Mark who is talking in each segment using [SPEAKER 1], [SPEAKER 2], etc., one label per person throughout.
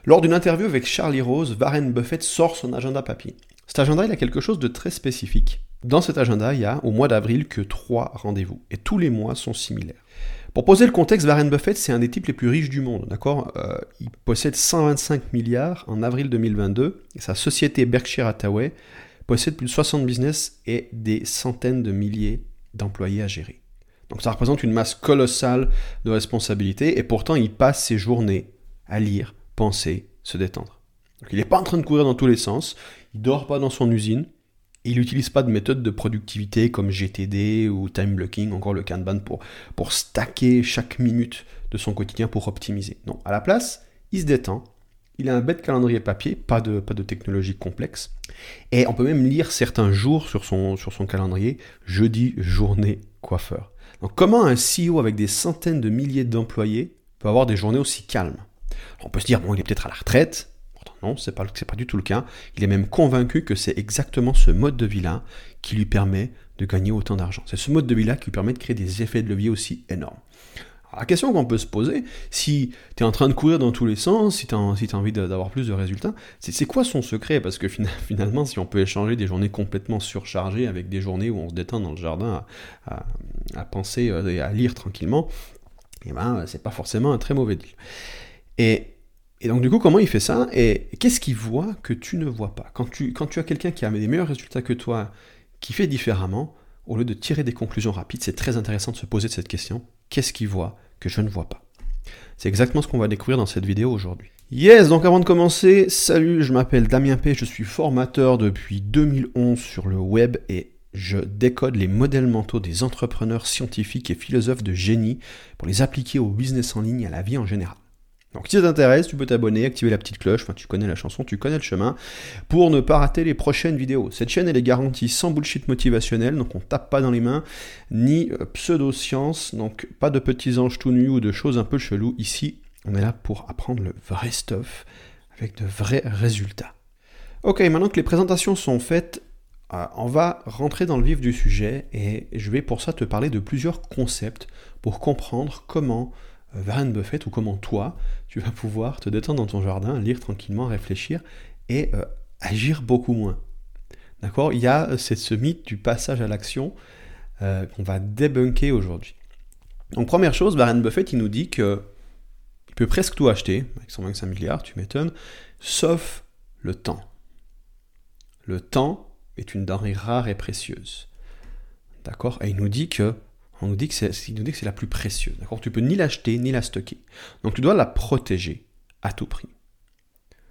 [SPEAKER 1] Lors d'une interview avec Charlie Rose, Warren Buffett sort son agenda papier. Cet agenda, il a quelque chose de très spécifique. Dans cet agenda, il y a au mois d'avril que 3 rendez-vous, et tous les mois sont similaires. Pour poser le contexte, Warren Buffett, c'est un des types les plus riches du monde, d'accord ? Il possède 125 milliards en avril 2022, et sa société Berkshire Hathaway possède plus de 60 business et des centaines de milliers d'employés à gérer. Donc ça représente une masse colossale de responsabilités, et pourtant il passe ses journées à lire, penser, se détendre. Donc il n'est pas en train de courir dans tous les sens, il ne dort pas dans son usine, il n'utilise pas de méthode de productivité comme GTD ou time blocking, encore le Kanban pour stacker chaque minute de son quotidien pour optimiser. Non, à la place, il se détend, il a un bête calendrier papier, pas de technologie complexe, et on peut même lire certains jours sur son calendrier, jeudi, journée, coiffeur. Donc comment un CEO avec des centaines de milliers d'employés peut avoir des journées aussi calmes ? On peut se dire, bon, il est peut-être à la retraite. Pourtant non, c'est pas du tout le cas. Il est même convaincu que c'est exactement ce mode de vie-là qui lui permet de gagner autant d'argent. C'est ce mode de vie-là qui lui permet de créer des effets de levier aussi énormes. Alors, la question qu'on peut se poser, si tu es en train de courir dans tous les sens, si tu as envie d'avoir plus de résultats, c'est quoi son secret ? Parce que finalement, si on peut échanger des journées complètement surchargées avec des journées où on se détend dans le jardin à penser et à lire tranquillement, eh ben, c'est pas forcément un très mauvais deal. Et donc du coup, comment il fait ça ? Et qu'est-ce qu'il voit que tu ne vois pas ? Quand tu as quelqu'un qui a des meilleurs résultats que toi, qui fait différemment, au lieu de tirer des conclusions rapides, c'est très intéressant de se poser cette question. Qu'est-ce qu'il voit que je ne vois pas ? C'est exactement ce qu'on va découvrir dans cette vidéo aujourd'hui. Yes, donc avant de commencer, salut, je m'appelle Damien P, je suis formateur depuis 2011 sur le web et je décode les modèles mentaux des entrepreneurs scientifiques et philosophes de génie pour les appliquer au business en ligne et à la vie en général. Donc si ça t'intéresse, tu peux t'abonner, activer la petite cloche, enfin tu connais la chanson, tu connais le chemin, pour ne pas rater les prochaines vidéos. Cette chaîne elle est garantie sans bullshit motivationnel, donc on tape pas dans les mains, ni pseudo-science, donc pas de petits anges tout nus ou de choses un peu cheloues. Ici, on est là pour apprendre le vrai stuff, avec de vrais résultats. Ok, maintenant que les présentations sont faites, on va rentrer dans le vif du sujet, et je vais pour ça te parler de plusieurs concepts pour comprendre comment Warren Buffett, ou comment toi, tu vas pouvoir te détendre dans ton jardin, lire tranquillement, réfléchir et agir beaucoup moins. D'accord ? Il y a ce mythe du passage à l'action qu'on va débunker aujourd'hui. Donc première chose, Warren Buffett, il nous dit qu'il peut presque tout acheter, avec 125 milliards, tu m'étonnes, sauf le temps. Le temps est une denrée rare et précieuse. D'accord ? Et il nous dit que c'est la plus précieuse. D'accord ? Tu peux ni l'acheter, ni la stocker. Donc tu dois la protéger à tout prix. Ok ?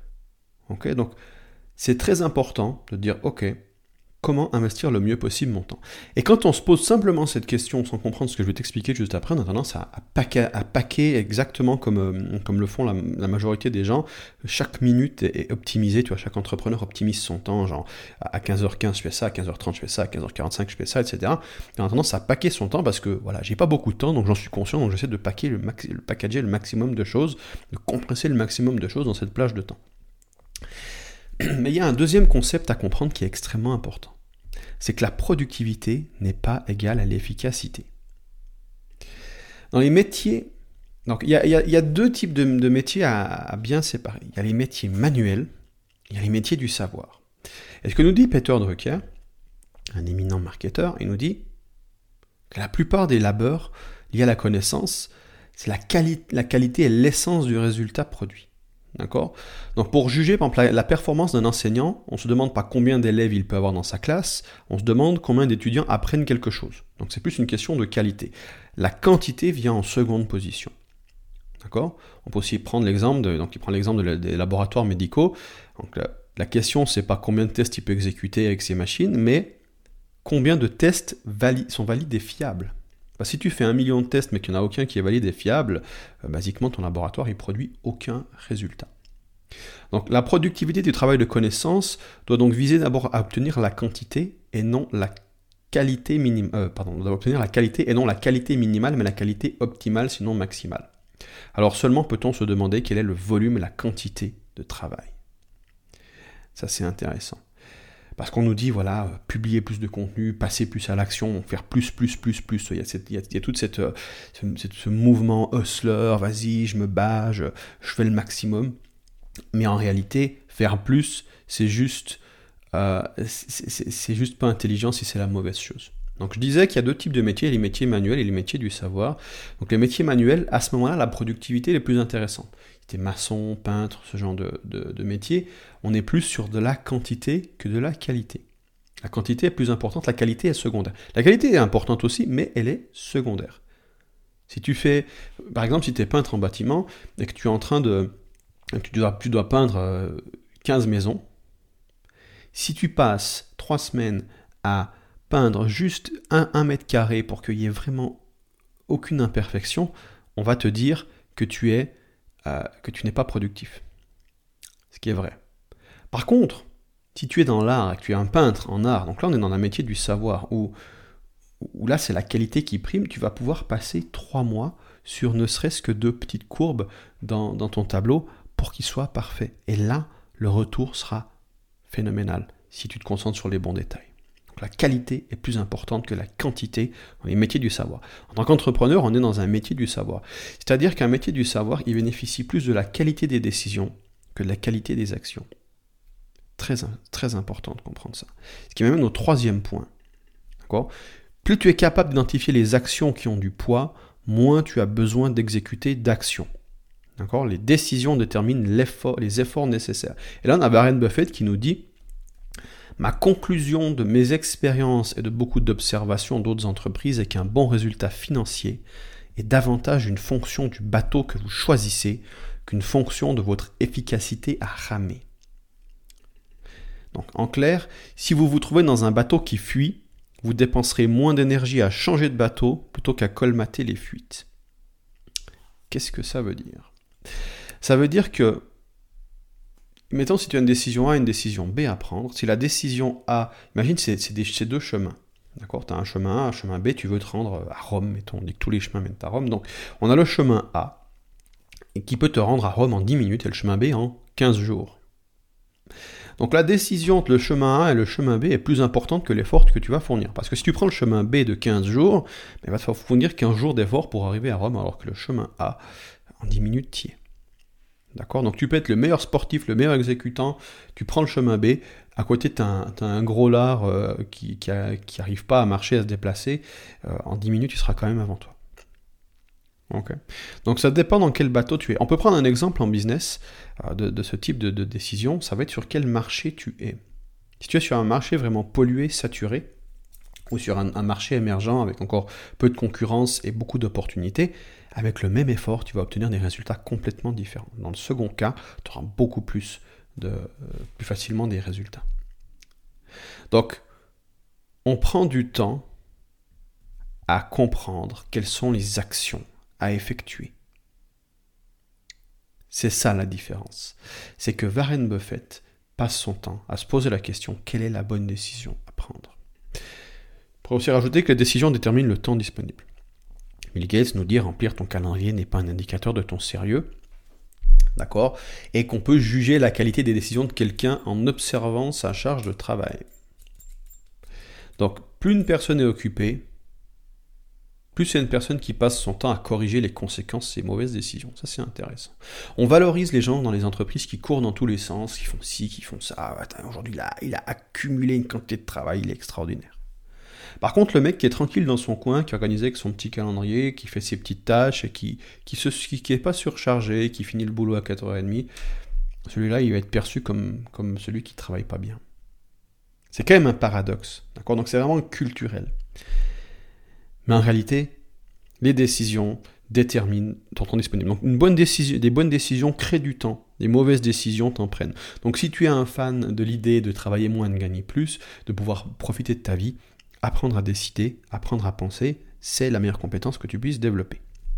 [SPEAKER 1] Donc c'est très important de dire, ok, comment investir le mieux possible mon temps ? Et quand on se pose simplement cette question sans comprendre ce que je vais t'expliquer juste après, on a tendance à paquer exactement comme le font la majorité des gens. Chaque minute est optimisée, tu vois, chaque entrepreneur optimise son temps, genre à 15h15 je fais ça, à 15h30 je fais ça, à 15h45 je fais ça, etc. Et on a tendance à paquer son temps parce que voilà, j'ai pas beaucoup de temps, donc j'en suis conscient, donc j'essaie de packager le maximum de choses, de compresser le maximum de choses dans cette plage de temps. Mais il y a un deuxième concept à comprendre qui est extrêmement important. C'est que la productivité n'est pas égale à l'efficacité. Dans les métiers, donc il y a deux types de métiers à bien séparer. Il y a les métiers manuels, il y a les métiers du savoir. Et ce que nous dit Peter Drucker, un éminent marketeur, il nous dit que la plupart des labeurs liés à la connaissance, c'est la qualité et l'essence du résultat produit. D'accord ? Donc pour juger par exemple, la performance d'un enseignant, on ne se demande pas combien d'élèves il peut avoir dans sa classe, on se demande combien d'étudiants apprennent quelque chose. Donc c'est plus une question de qualité. La quantité vient en seconde position. D'accord ? On peut aussi prendre l'exemple des laboratoires médicaux. Donc la question, c'est pas combien de tests il peut exécuter avec ses machines, mais combien de tests sont valides et fiables. Si tu fais 1 million de tests mais qu'il n'y en a aucun qui est valide et fiable, basiquement ton laboratoire ne produit aucun résultat. Donc la productivité du travail de connaissance doit donc viser d'abord à obtenir la quantité et non la qualité minimale. Doit obtenir la qualité et non la qualité minimale, mais la qualité optimale, sinon maximale. Alors seulement peut-on se demander quel est le volume et la quantité de travail. Ça c'est intéressant. Parce qu'on nous dit, voilà, publier plus de contenu, passer plus à l'action, faire plus. Il y a tout ce mouvement hustler, vas-y, je me bats, je fais le maximum. Mais en réalité, faire plus, c'est juste pas intelligent si c'est la mauvaise chose. Donc je disais qu'il y a deux types de métiers, les métiers manuels et les métiers du savoir. Donc les métiers manuels, à ce moment-là, la productivité est plus intéressante. Si tu es maçon, peintre, ce genre de métier, on est plus sur de la quantité que de la qualité. La quantité est plus importante, la qualité est secondaire. La qualité est importante aussi, mais elle est secondaire. Si tu fais, par exemple, si tu es peintre en bâtiment et que tu es en train tu dois peindre 15 maisons, si tu passes 3 semaines à peindre juste un mètre carré pour qu'il y ait vraiment aucune imperfection, on va te dire que tu n'es pas productif. Ce qui est vrai. Par contre, si tu es dans l'art et que tu es un peintre en art, donc là on est dans un métier du savoir où là c'est la qualité qui prime, tu vas pouvoir passer 3 mois sur ne serait-ce que 2 petites courbes dans ton tableau pour qu'il soit parfait. Et là, le retour sera phénoménal si tu te concentres sur les bons détails. Donc la qualité est plus importante que la quantité dans les métiers du savoir. En tant qu'entrepreneur, on est dans un métier du savoir. C'est-à-dire qu'un métier du savoir, il bénéficie plus de la qualité des décisions que de la qualité des actions. Très, très important de comprendre ça. Ce qui m'amène au troisième point. D'accord ? Plus tu es capable d'identifier les actions qui ont du poids, moins tu as besoin d'exécuter d'actions. D'accord ? Les décisions déterminent les efforts nécessaires. Et là, on a Warren Buffett qui nous dit « Ma conclusion de mes expériences et de beaucoup d'observations d'autres entreprises est qu'un bon résultat financier est davantage une fonction du bateau que vous choisissez qu'une fonction de votre efficacité à ramer. » Donc, en clair, si vous vous trouvez dans un bateau qui fuit, vous dépenserez moins d'énergie à changer de bateau plutôt qu'à colmater les fuites. Qu'est-ce que ça veut dire ? Ça veut dire que, mettons si tu as une décision A et une décision B à prendre, si la décision A, imagine c'est 2 chemins, d'accord ? Tu as un chemin A, un chemin B, tu veux te rendre à Rome, mettons, on dit que tous les chemins mènent à Rome, donc on a le chemin A, qui peut te rendre à Rome en 10 minutes, et le chemin B en 15 jours. Donc la décision entre le chemin A et le chemin B est plus importante que l'effort que tu vas fournir. Parce que si tu prends le chemin B de 15 jours, il va te falloir fournir 15 jours d'effort pour arriver à Rome, alors que le chemin A, en 10 minutes, t'y es. D'accord ? Donc tu peux être le meilleur sportif, le meilleur exécutant, tu prends le chemin B, à côté tu as un gros lard qui n'arrive pas à marcher, à se déplacer, en 10 minutes il sera quand même avant toi. Okay. Donc ça dépend dans quel bateau tu es. On peut prendre un exemple en business de ce type de décision, ça va être sur quel marché tu es. Si tu es sur un marché vraiment pollué, saturé, ou sur un marché émergent avec encore peu de concurrence et beaucoup d'opportunités, avec le même effort, tu vas obtenir des résultats complètement différents. Dans le second cas, tu auras beaucoup plus facilement des résultats. Donc, on prend du temps à comprendre quelles sont les actions à effectuer. C'est ça la différence. C'est que Warren Buffett passe son temps à se poser la question, quelle est la bonne décision à prendre ? On pourrait aussi rajouter que les décisions déterminent le temps disponible. Bill Gates nous dit remplir ton calendrier n'est pas un indicateur de ton sérieux, d'accord ? Et qu'on peut juger la qualité des décisions de quelqu'un en observant sa charge de travail. Donc, plus une personne est occupée, plus c'est une personne qui passe son temps à corriger les conséquences de ses mauvaises décisions. Ça, c'est intéressant. On valorise les gens dans les entreprises qui courent dans tous les sens, qui font ci, qui font ça. Attends, aujourd'hui, il a accumulé une quantité de travail, il est extraordinaire. Par contre, le mec qui est tranquille dans son coin, qui est organisé avec son petit calendrier, qui fait ses petites tâches, et qui est pas surchargé, qui finit le boulot à 4h30, celui-là, il va être perçu comme celui qui travaille pas bien. C'est quand même un paradoxe, d'accord ? Donc c'est vraiment culturel. Mais en réalité, les décisions déterminent ton temps disponible. Donc des bonnes décisions créent du temps, des mauvaises décisions t'en prennent. Donc si tu es un fan de l'idée de travailler moins, de gagner plus, de pouvoir profiter de ta vie, apprendre à décider, apprendre à penser, c'est la meilleure compétence que tu puisses développer.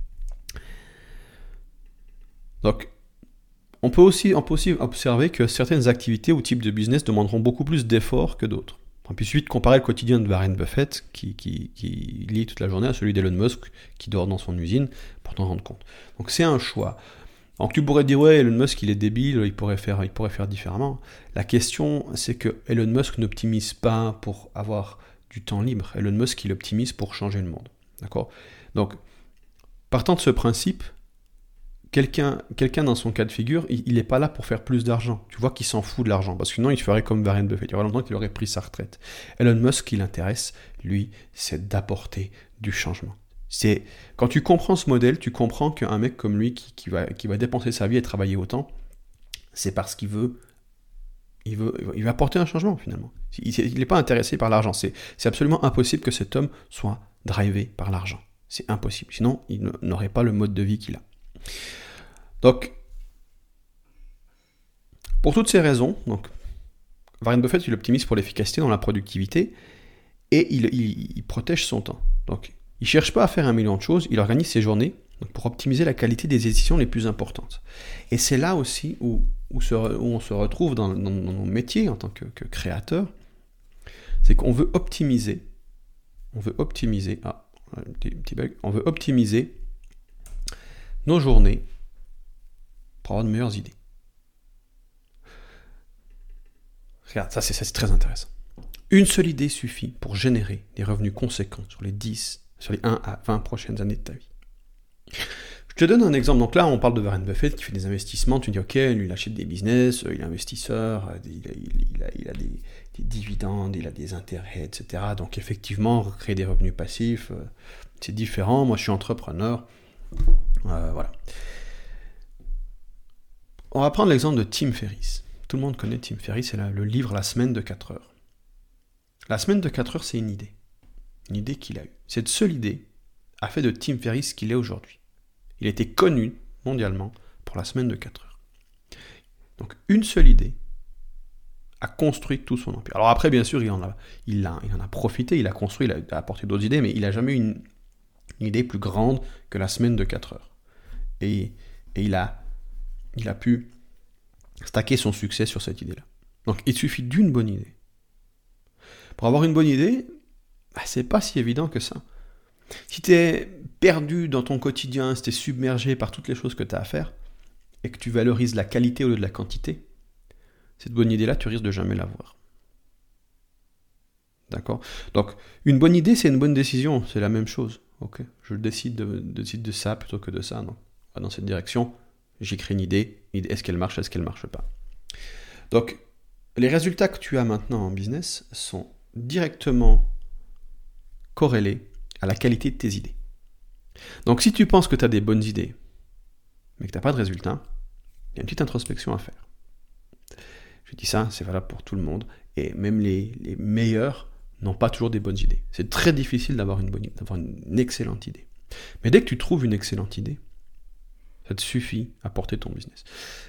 [SPEAKER 1] Donc, on peut aussi observer que certaines activités ou types de business demanderont beaucoup plus d'efforts que d'autres. On peut ensuite comparer le quotidien de Warren Buffett, qui lit toute la journée, à celui d'Elon Musk, qui dort dans son usine, pour t'en rendre compte. Donc c'est un choix. Donc tu pourrais dire, ouais, Elon Musk, il est débile, il pourrait faire différemment. La question, c'est que Elon Musk n'optimise pas pour avoir du temps libre. Elon Musk, il optimise pour changer le monde. D'accord ? Donc, partant de ce principe, quelqu'un dans son cas de figure, il n'est pas là pour faire plus d'argent. Tu vois qu'il s'en fout de l'argent, parce que sinon il ferait comme Warren Buffett. Il y aurait longtemps qu'il aurait pris sa retraite. Elon Musk, ce qui l'intéresse, lui, c'est d'apporter du changement. Quand tu comprends ce modèle, tu comprends qu'un mec comme lui qui va dépenser sa vie et travailler autant, c'est parce qu'il veut apporter un changement finalement. Il n'est pas intéressé par l'argent. C'est absolument impossible que cet homme soit drivé par l'argent. C'est impossible. Sinon, il n'aurait pas le mode de vie qu'il a. Donc, pour toutes ces raisons, Warren Buffett, il optimise pour l'efficacité dans la productivité et il protège son temps. Donc, il ne cherche pas à faire 1 million de choses, il organise ses journées pour optimiser la qualité des décisions les plus importantes. Et c'est là aussi où on se retrouve dans nos métiers en tant que créateur, c'est qu'on veut optimiser. On veut optimiser nos journées pour avoir de meilleures idées. Regarde, ça c'est très intéressant. Une seule idée suffit pour générer des revenus conséquents sur les 1 à 20 prochaines années de ta vie. Je te donne un exemple. Donc là, on parle de Warren Buffett qui fait des investissements. Tu dis, ok, lui, il achète des business, il est investisseur, il a des dividendes, il a des intérêts, etc. Donc effectivement, créer des revenus passifs, c'est différent. Moi, je suis entrepreneur. Voilà. On va prendre l'exemple de Tim Ferriss. Tout le monde connaît Tim Ferriss, c'est le livre La semaine de 4 heures. La semaine de 4 heures, c'est une idée qu'il a eue. Cette seule idée a fait de Tim Ferriss ce qu'il est aujourd'hui. Il était connu mondialement pour la semaine de 4 heures. Donc une seule idée a construit tout son empire. Alors après, bien sûr, il en a profité, il a construit, il a apporté d'autres idées, mais il n'a jamais eu une idée plus grande que la semaine de 4 heures. Et il a pu stacker son succès sur cette idée-là. Donc il suffit d'une bonne idée. Pour avoir une bonne idée, c'est pas si évident que ça. Si tu es perdu dans ton quotidien, si tu es submergé par toutes les choses que tu as à faire, et que tu valorises la qualité au lieu de la quantité, cette bonne idée-là, tu risques de jamais l'avoir. D'accord ? Donc, une bonne idée, c'est une bonne décision, c'est la même chose. Ok ? Je décide de ça plutôt que de ça. Non. Dans cette direction, j'écris une idée, est-ce qu'elle marche pas ? Donc, les résultats que tu as maintenant en business sont directement corrélés à la qualité de tes idées. Donc si tu penses que tu as des bonnes idées, mais que tu n'as pas de résultats, il y a une petite introspection à faire. Je dis ça, c'est valable pour tout le monde, et même les meilleurs n'ont pas toujours des bonnes idées. C'est très difficile d'avoir une excellente idée. Mais dès que tu trouves une excellente idée, ça te suffit à porter ton business. Ok ?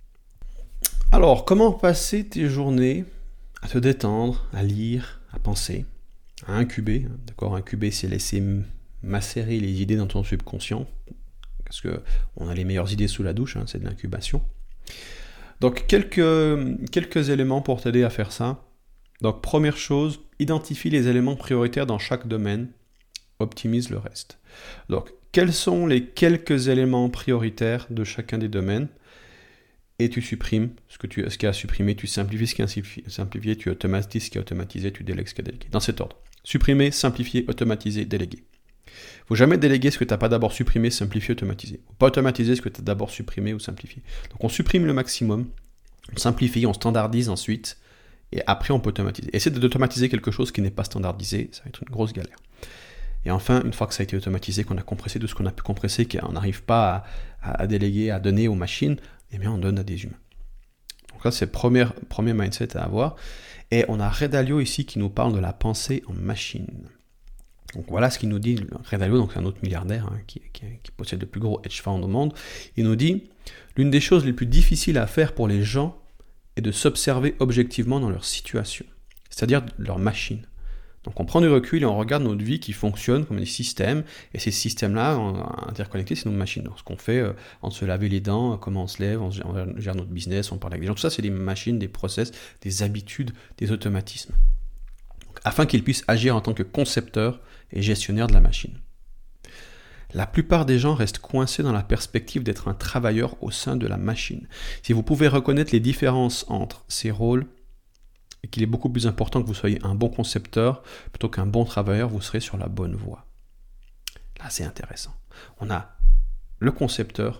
[SPEAKER 1] Alors, comment passer tes journées à te détendre, à lire, à penser, à incuber, d'accord ? Incuber, c'est laisser macérer les idées dans ton subconscient, parce qu'on a les meilleures idées sous la douche, c'est de l'incubation. Donc, quelques éléments pour t'aider à faire ça. Donc, première chose, identifie les éléments prioritaires dans chaque domaine, optimise le reste. Donc, quels sont les quelques éléments prioritaires de chacun des domaines ? Et tu supprimes ce qui est à supprimer, tu simplifies ce qui est à simplifier, tu automatises ce qui est automatisé, tu délègues ce qui est délégué. Dans cet ordre. Supprimer, simplifier, automatiser, déléguer. Il ne faut jamais déléguer ce que tu n'as pas d'abord supprimé, simplifié, automatisé. Ou pas automatiser ce que tu as d'abord supprimé ou simplifié. Donc on supprime le maximum, on simplifie, on standardise ensuite, et après on peut automatiser. Essaie d'automatiser quelque chose qui n'est pas standardisé, ça va être une grosse galère. Et enfin, une fois que ça a été automatisé, qu'on a compressé tout ce qu'on a pu compresser, qu'on n'arrive pas à déléguer, à donner aux machines, eh bien on donne à des humains. Donc là, c'est le premier mindset à avoir. Et on a Ray Dalio ici qui nous parle de la pensée en machine. Donc voilà ce qu'il nous dit. Ray Dalio, donc c'est un autre milliardaire qui possède le plus gros hedge fund au monde. Il nous dit, l'une des choses les plus difficiles à faire pour les gens est de s'observer objectivement dans leur situation, c'est-à-dire leur machine. Donc on prend du recul et on regarde notre vie qui fonctionne comme des systèmes, et ces systèmes-là interconnectés, c'est nos machines. Donc ce qu'on fait, on se laver les dents, comment on se lève, on gère notre business, on parle avec des gens, tout ça c'est des machines, des process, des habitudes, des automatismes. Donc, afin qu'ils puissent agir en tant que concepteurs et gestionnaires de la machine. La plupart des gens restent coincés dans la perspective d'être un travailleur au sein de la machine. Si vous pouvez reconnaître les différences entre ces rôles, et qu'il est beaucoup plus important que vous soyez un bon concepteur plutôt qu'un bon travailleur, vous serez sur la bonne voie. Là, c'est intéressant. On a le concepteur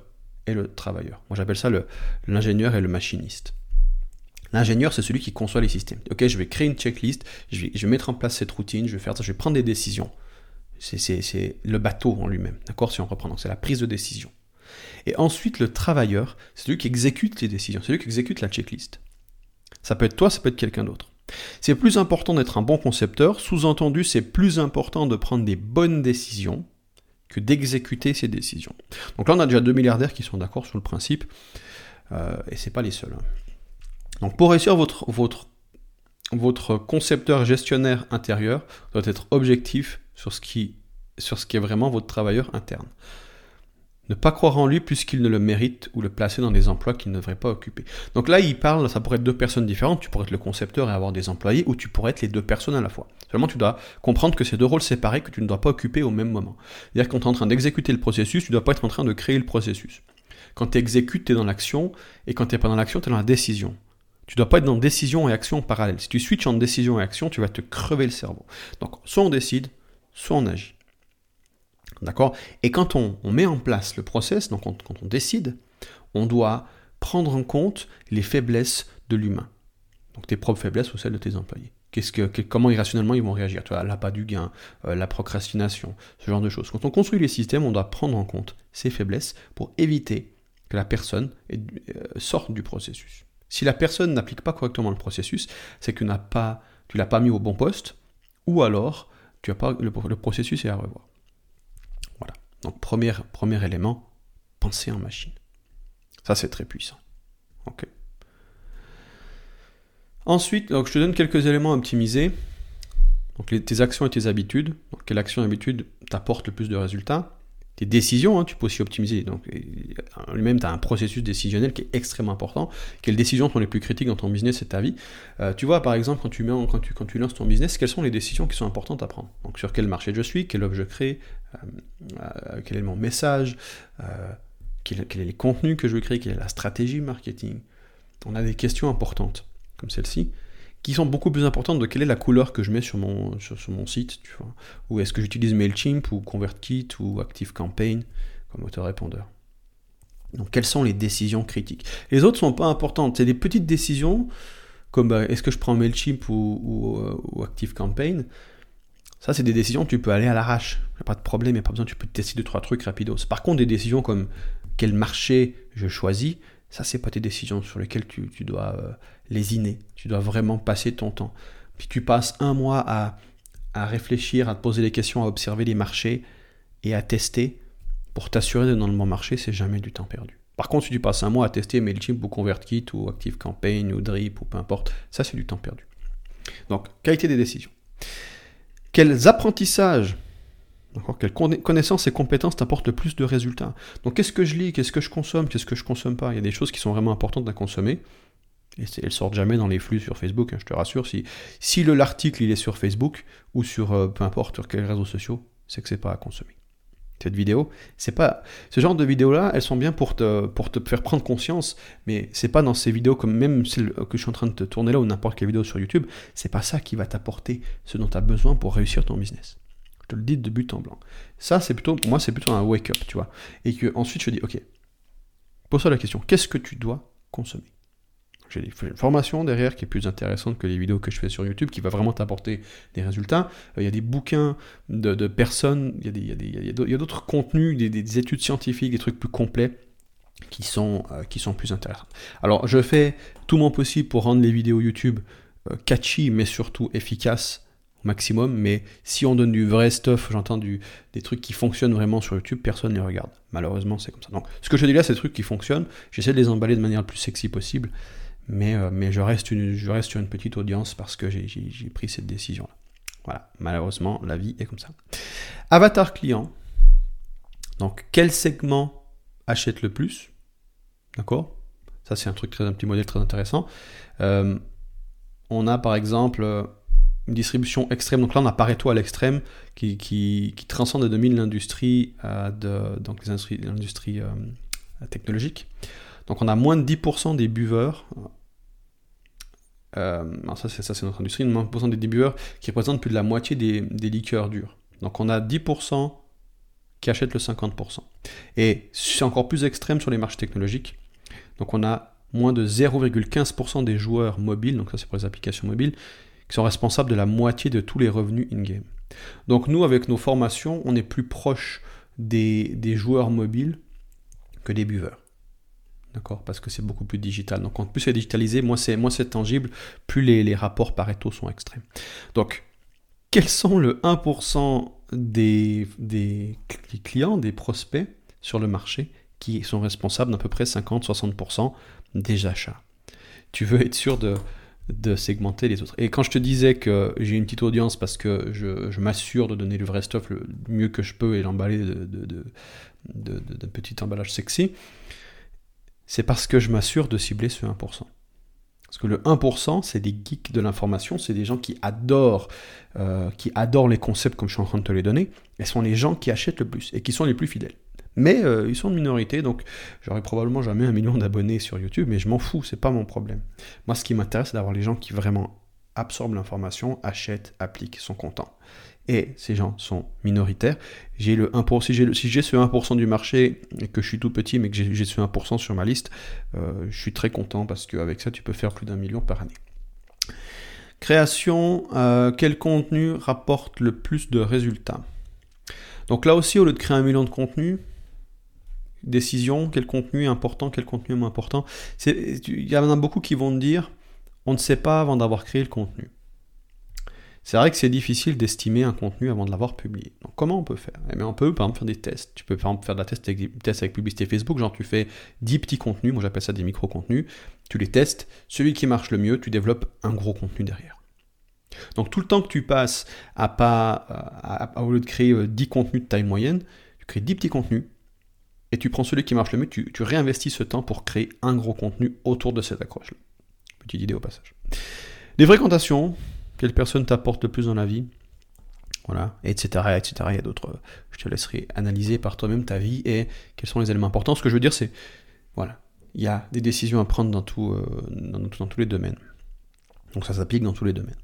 [SPEAKER 1] et le travailleur. Moi, j'appelle ça l'ingénieur et le machiniste. L'ingénieur, c'est celui qui conçoit les systèmes. Ok, je vais créer une checklist, je vais mettre en place cette routine, je vais faire ça, je vais prendre des décisions. C'est le bateau en lui-même, d'accord, si on reprend. Donc, c'est la prise de décision. Et ensuite, le travailleur, c'est celui qui exécute les décisions, c'est celui qui exécute la checklist. Ça peut être toi, ça peut être quelqu'un d'autre. C'est plus important d'être un bon concepteur, sous-entendu, c'est plus important de prendre des bonnes décisions que d'exécuter ces décisions. Donc là, on a déjà 2 milliardaires qui sont d'accord sur le principe, et c'est pas les seuls. Donc pour réussir, votre concepteur gestionnaire intérieur doit être objectif sur ce qui est vraiment votre travailleur interne. Ne pas croire en lui plus qu'il ne le mérite ou le placer dans des emplois qu'il ne devrait pas occuper. Donc là, il parle, ça pourrait être 2 personnes différentes. Tu pourrais être le concepteur et avoir des employés, ou tu pourrais être les 2 personnes à la fois. Seulement, tu dois comprendre que c'est 2 rôles séparés que tu ne dois pas occuper au même moment. C'est-à-dire que quand tu es en train d'exécuter le processus, tu ne dois pas être en train de créer le processus. Quand tu exécutes, tu es dans l'action, et quand tu n'es pas dans l'action, tu es dans la décision. Tu ne dois pas être dans décision et action en parallèle. Si tu switches entre décision et action, tu vas te crever le cerveau. Donc, soit on décide, soit on agit. D'accord ? Et quand on met en place le process, donc quand on décide, on doit prendre en compte les faiblesses de l'humain. Donc tes propres faiblesses ou celles de tes employés. Comment irrationnellement ils vont réagir ? Tu vois, l'appât du gain, la procrastination, ce genre de choses. Quand on construit les systèmes, on doit prendre en compte ces faiblesses pour éviter que la personne sorte du processus. Si la personne n'applique pas correctement le processus, c'est que tu l'as pas mis au bon poste, ou alors le processus est à revoir. Voilà. Donc premier élément, penser en machine. Ça c'est très puissant. Ok. Ensuite, donc, je te donne quelques éléments à optimiser. Donc tes actions et tes habitudes. Donc, quelle action et habitude t'apporte le plus de résultats ? Tes décisions, tu peux aussi optimiser. Donc, en lui-même, tu as un processus décisionnel qui est extrêmement important. Quelles décisions sont les plus critiques dans ton business et ta vie ? Tu vois, par exemple, quand tu lances ton business, quelles sont les décisions qui sont importantes à prendre ? Donc, sur quel marché je suis, quelle offre je crée, quel est mon message, quels sont les contenus que je veux créer, quelle est la stratégie marketing. On a des questions importantes, comme celle-ci, qui sont beaucoup plus importantes de quelle est la couleur que je mets sur mon site, tu vois. Ou est-ce que j'utilise MailChimp ou ConvertKit ou ActiveCampaign comme autorépondeur. Donc quelles sont les décisions critiques ? Les autres sont pas importantes, c'est des petites décisions comme est-ce que je prends MailChimp ou ActiveCampaign. Ça c'est des décisions que tu peux aller à l'arrache, il n'y a pas de problème, il n'y a pas besoin, tu peux tester 2-3 trucs rapidos. Par contre des décisions comme quel marché je choisis, ça, c'est pas tes décisions sur lesquelles tu dois lésiner. Tu dois vraiment passer ton temps. Puis tu passes 1 mois à réfléchir, à te poser des questions, à observer les marchés et à tester pour t'assurer d'être dans le bon marché, c'est jamais du temps perdu. Par contre, si tu passes 1 mois à tester MailChimp ou ConvertKit ou ActiveCampaign ou Drip ou peu importe, ça, c'est du temps perdu. Donc, qualité des décisions. Quels apprentissages, quelles connaissances et compétences t'apportent le plus de résultats ? Donc qu'est-ce que je lis, qu'est-ce que je consomme, qu'est-ce que je consomme pas ? Il y a des choses qui sont vraiment importantes à consommer, et elles sortent jamais dans les flux sur Facebook, je te rassure. Si l'article il est sur Facebook, ou sur peu importe sur quels réseaux sociaux, c'est que c'est pas à consommer. Cette vidéo, c'est pas... Ce genre de vidéos-là, elles sont bien pour te faire prendre conscience, mais c'est pas dans ces vidéos, comme même celle que je suis en train de te tourner là, ou n'importe quelle vidéo sur YouTube, c'est pas ça qui va t'apporter ce dont tu as besoin pour réussir ton business. Je te le dis de but en blanc. Ça, pour moi, c'est plutôt un wake-up, tu vois. Et que ensuite, je dis, ok, pose-toi la question, qu'est-ce que tu dois consommer ? J'ai une formation derrière qui est plus intéressante que les vidéos que je fais sur YouTube, qui va vraiment t'apporter des résultats. Il y a des bouquins de personnes, il y a d'autres contenus, des études scientifiques, des trucs plus complets qui sont plus intéressants. Alors, je fais tout mon possible pour rendre les vidéos YouTube catchy, mais surtout efficaces au maximum, mais si on donne du vrai stuff, j'entends des trucs qui fonctionnent vraiment sur YouTube, personne ne les regarde. Malheureusement, c'est comme ça. Donc, ce que je dis là, c'est des trucs qui fonctionnent, j'essaie de les emballer de manière le plus sexy possible, mais je reste sur une petite audience parce que j'ai pris cette décision-là. Voilà, malheureusement, la vie est comme ça. Avatar client. Donc, quel segment achète le plus ? D'accord ? Ça, c'est un petit modèle très intéressant. On a, par exemple... une distribution extrême, donc là on a Pareto à l'extrême qui transcende et domine l'industrie technologique. Donc on a moins de 10% des buveurs, ça c'est notre industrie, moins de 10% des buveurs qui représentent plus de la moitié des liqueurs dures. Donc on a 10% qui achètent le 50%. Et c'est encore plus extrême sur les marchés technologiques. Donc on a moins de 0,15% des joueurs mobiles, donc ça c'est pour les applications mobiles, qui sont responsables de la moitié de tous les revenus in-game. Donc nous, avec nos formations, on est plus proche des joueurs mobiles que des buveurs. D'accord ? Parce que c'est beaucoup plus digital. Donc plus c'est digitalisé, moins c'est tangible, plus les rapports Pareto sont extrêmes. Donc, quels sont le 1% des clients, des prospects sur le marché qui sont responsables d'à peu près 50-60% des achats ? Tu veux être sûr de segmenter les autres. Et quand je te disais que j'ai une petite audience parce que je m'assure de donner le vrai stuff le mieux que je peux et l'emballer de petit emballage sexy, c'est parce que je m'assure de cibler ce 1%. Parce que le 1%, c'est des geeks de l'information, c'est des gens qui adorent les concepts comme je suis en train de te les donner, et ce sont les gens qui achètent le plus et qui sont les plus fidèles. Mais ils sont de minorité, donc j'aurai probablement jamais 1 million d'abonnés sur YouTube, mais je m'en fous, c'est pas mon problème. Moi, ce qui m'intéresse, c'est d'avoir les gens qui vraiment absorbent l'information, achètent, appliquent, sont contents. Et ces gens sont minoritaires. J'ai le 1%, si j'ai ce 1% du marché et que je suis tout petit, mais que j'ai ce 1% sur ma liste, je suis très content parce qu'avec ça, tu peux faire plus d'1 million par année. Création, quel contenu rapporte le plus de résultats ? Donc là aussi, au lieu de créer 1 million de contenus, décision, quel contenu est important, quel contenu est moins important. Il y en a beaucoup qui vont te dire, on ne sait pas avant d'avoir créé le contenu. C'est vrai que c'est difficile d'estimer un contenu avant de l'avoir publié. Donc comment on peut faire ? Eh bien, on peut par exemple faire des tests. Tu peux par exemple faire des tests avec publicité Facebook, genre tu fais 10 petits contenus, moi j'appelle ça des micro-contenus, tu les testes, celui qui marche le mieux, tu développes un gros contenu derrière. Donc tout le temps que tu passes au lieu de créer 10 contenus de taille moyenne, tu crées 10 petits contenus, et tu prends celui qui marche le mieux, tu réinvestis ce temps pour créer un gros contenu autour de cette accroche-là. Petite idée au passage. Les fréquentations, quelle personne t'apporte le plus dans la vie, voilà, etc., etc. Il y a d'autres, je te laisserai analyser par toi-même ta vie et quels sont les éléments importants. Ce que je veux dire, c'est, voilà, il y a des décisions à prendre dans tous les domaines. Donc ça s'applique dans tous les domaines.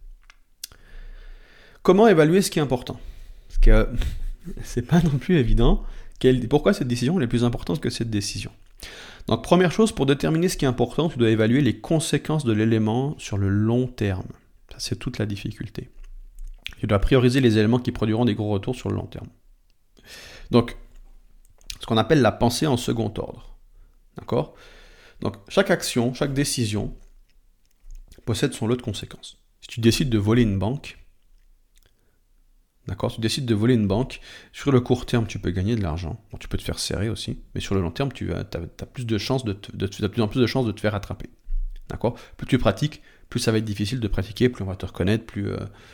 [SPEAKER 1] Comment évaluer ce qui est important ? Parce que c'est pas non plus évident. Pourquoi cette décision est plus importante que cette décision ? Donc première chose, pour déterminer ce qui est important, tu dois évaluer les conséquences de l'élément sur le long terme. Ça, c'est toute la difficulté. Tu dois prioriser les éléments qui produiront des gros retours sur le long terme. Donc, ce qu'on appelle la pensée en second ordre. D'accord ? Donc, chaque action, chaque décision possède son lot de conséquences. Si tu décides de voler une banque, d'accord, tu décides de voler une banque, sur le court terme, tu peux gagner de l'argent. Bon, tu peux te faire serrer aussi, mais sur le long terme, tu as plus de chances de plus en plus de chances de te faire attraper. D'accord ? Plus tu pratiques, plus ça va être difficile de pratiquer, plus on va te reconnaître, plus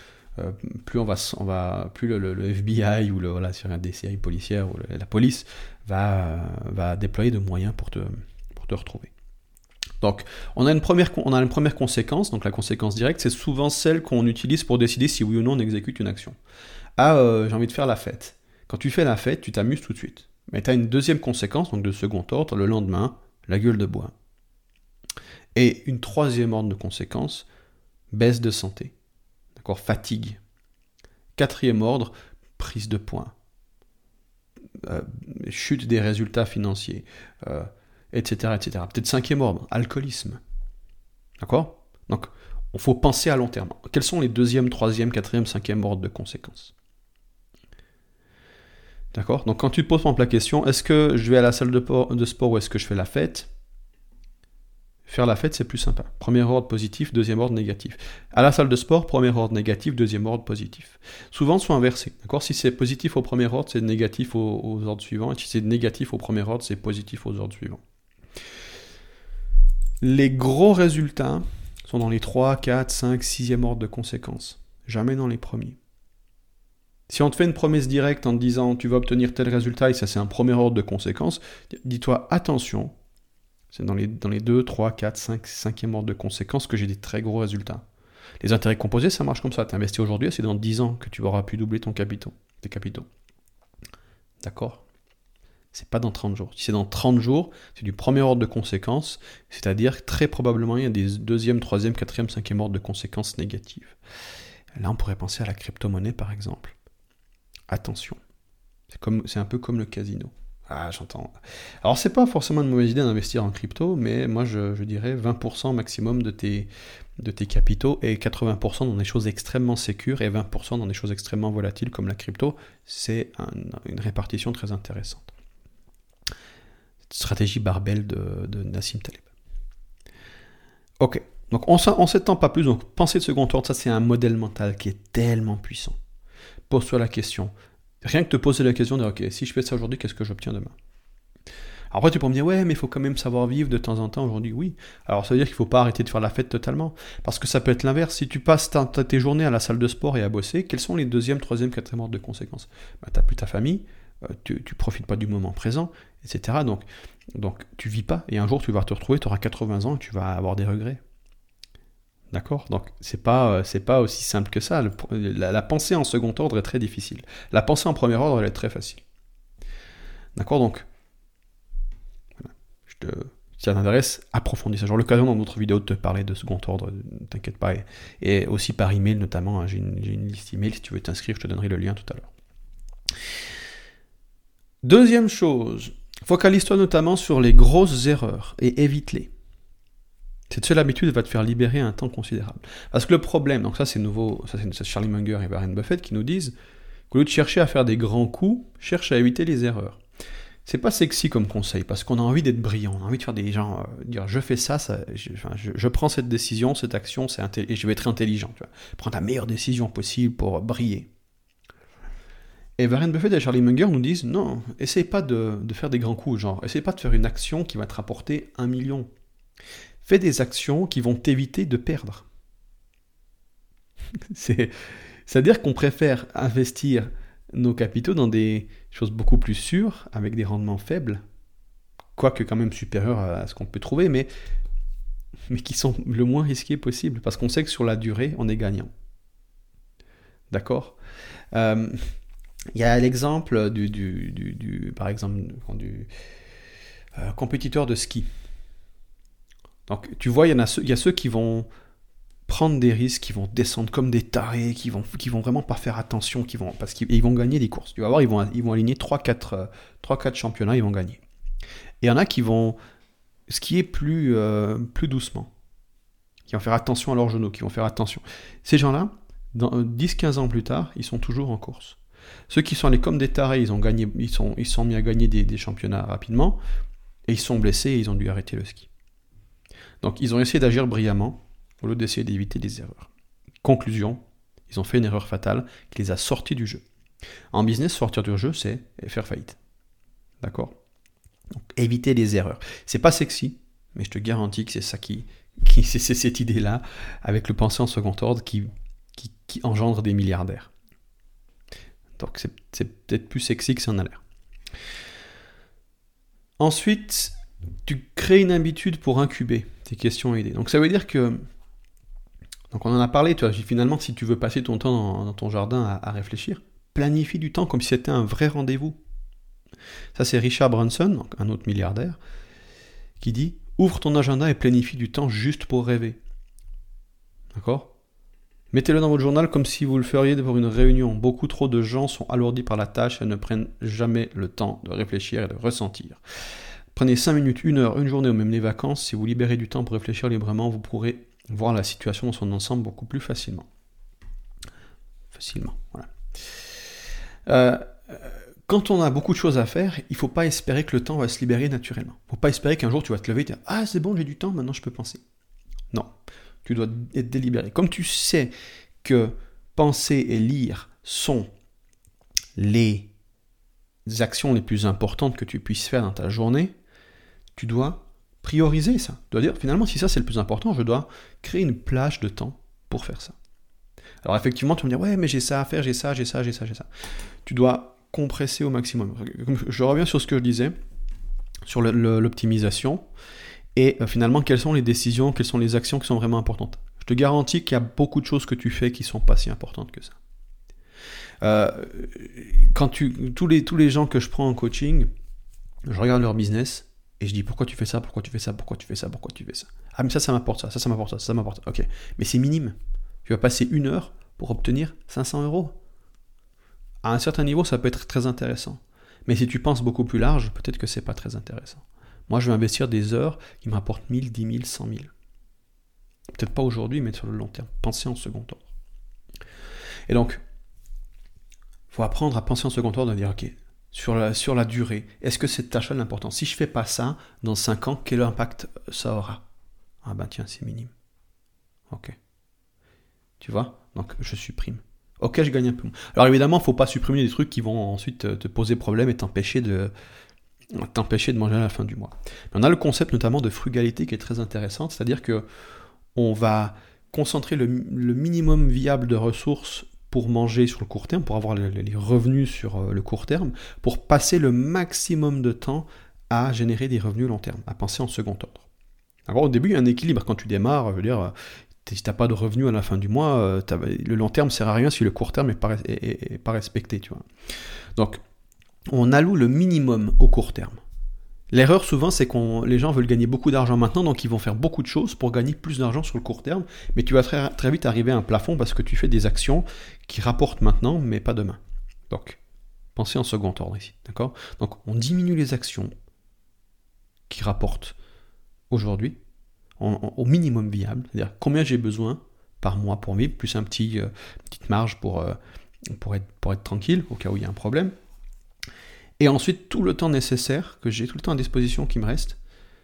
[SPEAKER 1] le FBI ou sur un DCI policière ou la police va déployer de moyens pour te retrouver. Donc, on a une première conséquence. Donc la conséquence directe, c'est souvent celle qu'on utilise pour décider si oui ou non on exécute une action. J'ai envie de faire la fête. Quand tu fais la fête, tu t'amuses tout de suite. Mais tu as une deuxième conséquence, donc de second ordre, le lendemain, la gueule de bois. Et une troisième ordre de conséquence, baisse de santé. D'accord, fatigue. Quatrième ordre, prise de poids. Chute des résultats financiers, etc., etc. Peut-être cinquième ordre, alcoolisme. D'accord ? Donc, il faut penser à long terme. Quels sont les deuxième, troisième, quatrième, cinquième ordre de conséquences ? D'accord ? Donc, quand tu te poses par exemple la question, est-ce que je vais à la salle de sport ou est-ce que je fais la fête ? Faire la fête, c'est plus sympa. Premier ordre positif, deuxième ordre négatif. À la salle de sport, premier ordre négatif, deuxième ordre positif. Souvent, ils sont inversés. D'accord ? Si c'est positif au premier ordre, c'est négatif aux ordres suivants. Et si c'est négatif au premier ordre, c'est positif aux ordres suivants. Les gros résultats sont dans les 3, 4, 5, 6e ordre de conséquences. Jamais dans les premiers. Si on te fait une promesse directe en te disant tu vas obtenir tel résultat et ça c'est un premier ordre de conséquences, dis-toi attention. C'est dans les 2, 3, 4, 5, 5e ordre de conséquences que j'ai des très gros résultats. Les intérêts composés, ça marche comme ça. Tu investis aujourd'hui, c'est dans 10 ans que tu auras pu doubler tes capitaux. D'accord ? C'est pas dans 30 jours. Si c'est dans 30 jours, c'est du premier ordre de conséquences, c'est-à-dire que très probablement il y a des 2e, 3e, 4e, 5e ordre de conséquences négatives. Là, on pourrait penser à la crypto-monnaie par exemple. Attention. C'est un peu comme le casino. Ah, j'entends. Alors, c'est pas forcément une mauvaise idée d'investir en crypto, mais moi, je dirais 20% maximum de tes capitaux et 80% dans des choses extrêmement sécures et 20% dans des choses extrêmement volatiles comme la crypto. C'est une répartition très intéressante. Stratégie barbelle de Nassim Taleb. Ok, donc on ne s'étend pas plus. Donc, pensée de second ordre, ça c'est un modèle mental qui est tellement puissant. Pose-toi la question. Rien que te poser la question de ok, si je fais ça aujourd'hui, qu'est-ce que j'obtiens demain? Alors après, tu peux me dire, ouais, mais il faut quand même savoir vivre de temps en temps aujourd'hui. Oui. Alors ça veut dire qu'il ne faut pas arrêter de faire la fête totalement. Parce que ça peut être l'inverse. Si tu passes tes journées à la salle de sport et à bosser, quels sont les deuxième, troisième, quatrième ordres de conséquences? Tu n'as plus ta famille, tu ne profites pas du moment présent, etc. Donc tu vis pas. Et un jour, tu vas te retrouver, tu auras 80 ans et tu vas avoir des regrets. D'accord? Donc, c'est pas aussi simple que ça. La pensée en second ordre est très difficile. La pensée en premier ordre, elle est très facile. D'accord? Donc, voilà. Si ça t'intéresse, approfondis ça. J'aurai l'occasion dans d'autres vidéos de te parler de second ordre, ne t'inquiète pas. Et aussi par email notamment. Hein, j'ai une liste email. Si tu veux t'inscrire, je te donnerai le lien tout à l'heure. Deuxième chose, focalise-toi notamment sur les grosses erreurs et évite-les. Cette seule habitude va te faire libérer un temps considérable. Parce que le problème, donc ça c'est nouveau, ça c'est Charlie Munger et Warren Buffett qui nous disent qu'au lieu de chercher à faire des grands coups, cherche à éviter les erreurs. C'est pas sexy comme conseil, parce qu'on a envie d'être brillant, on a envie de faire des gens, dire je fais ça, je prends cette décision, cette action, et je vais être intelligent. Tu vois. Prends la meilleure décision possible pour briller. Et Warren Buffett et Charlie Munger nous disent non, essaye pas de faire des grands coups, genre, essaye pas de faire une action qui va te rapporter 1 million. Fais des actions qui vont t'éviter de perdre. C'est-à-dire qu'on préfère investir nos capitaux dans des choses beaucoup plus sûres, avec des rendements faibles, quoique quand même supérieurs à ce qu'on peut trouver, mais qui sont le moins risqués possible, parce qu'on sait que sur la durée, on est gagnant. D'accord? Il y a l'exemple par exemple, du compétiteur de ski. Donc, tu vois, il y a ceux qui vont prendre des risques, qui vont descendre comme des tarés, qui vont vraiment pas faire attention, parce qu'ils vont gagner des courses. Tu vas voir, ils vont aligner 3-4 championnats, ils vont gagner. Et il y en a qui vont skier plus doucement, qui vont faire attention à leurs genoux, qui vont faire attention. Ces gens-là, 10-15 ans plus tard, ils sont toujours en course. Ceux qui sont allés comme des tarés, ils sont mis à gagner des championnats rapidement, et ils sont blessés et ils ont dû arrêter le ski. Donc, ils ont essayé d'agir brillamment au lieu d'essayer d'éviter des erreurs. Conclusion, ils ont fait une erreur fatale qui les a sortis du jeu. En business, sortir du jeu, c'est faire faillite. D'accord? Donc, éviter les erreurs. C'est pas sexy, mais je te garantis que c'est ça c'est cette idée-là, avec le pensée en second ordre, qui engendre des milliardaires. Donc, c'est peut-être plus sexy que ça en a l'air. Ensuite, tu crées une habitude pour incuber tes questions et idées. Donc ça veut dire que, donc on en a parlé, tu vois, finalement si tu veux passer ton temps dans ton jardin à réfléchir, planifie du temps comme si c'était un vrai rendez-vous. Ça c'est Richard Branson, donc un autre milliardaire, qui dit « Ouvre ton agenda et planifie du temps juste pour rêver. » D'accord ? Mettez-le dans votre journal comme si vous le feriez pour une réunion. Beaucoup trop de gens sont alourdis par la tâche et ne prennent jamais le temps de réfléchir et de ressentir. Prenez 5 minutes, 1 heure, une journée ou même les vacances. Si vous libérez du temps pour réfléchir librement, vous pourrez voir la situation dans son ensemble beaucoup plus facilement. Voilà. Quand on a beaucoup de choses à faire, il ne faut pas espérer que le temps va se libérer naturellement. Il ne faut pas espérer qu'un jour tu vas te lever et te dire « Ah, c'est bon, j'ai du temps, maintenant je peux penser. » Non, tu dois être délibéré. Comme tu sais que penser et lire sont les actions les plus importantes que tu puisses faire dans ta journée, tu dois prioriser ça. Tu dois dire, finalement, si ça c'est le plus important, je dois créer une plage de temps pour faire ça. Alors effectivement, tu vas me dire, ouais, mais j'ai ça à faire, j'ai ça. Tu dois compresser au maximum. Je reviens sur ce que je disais, sur l'optimisation, et finalement, quelles sont les décisions, quelles sont les actions qui sont vraiment importantes. Je te garantis qu'il y a beaucoup de choses que tu fais qui ne sont pas si importantes que ça. Tous les gens que je prends en coaching, je regarde leur business et je dis pourquoi tu fais ça. Ah mais ça m'apporte ça. Ok, mais c'est minime. Tu vas passer 1 heure pour obtenir 500 €. À un certain niveau, ça peut être très intéressant. Mais si tu penses beaucoup plus large, peut-être que c'est pas très intéressant. Moi, je vais investir des heures qui me rapportent 1000, 10 000, 100 000. Peut-être pas aujourd'hui, mais sur le long terme. Pensez en second ordre. Et donc, il faut apprendre à penser en second ordre, de dire, ok, sur la durée, est-ce que cette tâche-là est importante? Si je fais pas ça, dans 5 ans, quel impact ça aura? Ah ben tiens, c'est minime. Ok. Tu vois? Donc, je supprime. Ok, je gagne un peu moins. Alors évidemment, il ne faut pas supprimer des trucs qui vont ensuite te poser problème et t'empêcher de manger à la fin du mois. Mais on a le concept notamment de frugalité qui est très intéressant, c'est-à-dire que on va concentrer le minimum viable de ressources pour manger sur le court terme, pour avoir les revenus sur le court terme, pour passer le maximum de temps à générer des revenus long terme, à penser en second ordre. Alors, au début, il y a un équilibre. Quand tu démarres, je veux dire, si tu n'as pas de revenus à la fin du mois, le long terme ne sert à rien si le court terme n'est pas respecté. Tu vois. Donc, on alloue le minimum au court terme. L'erreur souvent, c'est que les gens veulent gagner beaucoup d'argent maintenant, donc ils vont faire beaucoup de choses pour gagner plus d'argent sur le court terme, mais tu vas très, très vite arriver à un plafond parce que tu fais des actions qui rapportent maintenant, mais pas demain. Donc, pensez en second ordre ici, d'accord? Donc, on diminue les actions qui rapportent aujourd'hui au minimum viable, c'est-à-dire combien j'ai besoin par mois pour vivre, plus petite marge pour être tranquille au cas où il y a un problème. Et ensuite, tout le temps nécessaire que j'ai, tout le temps à disposition qui me reste,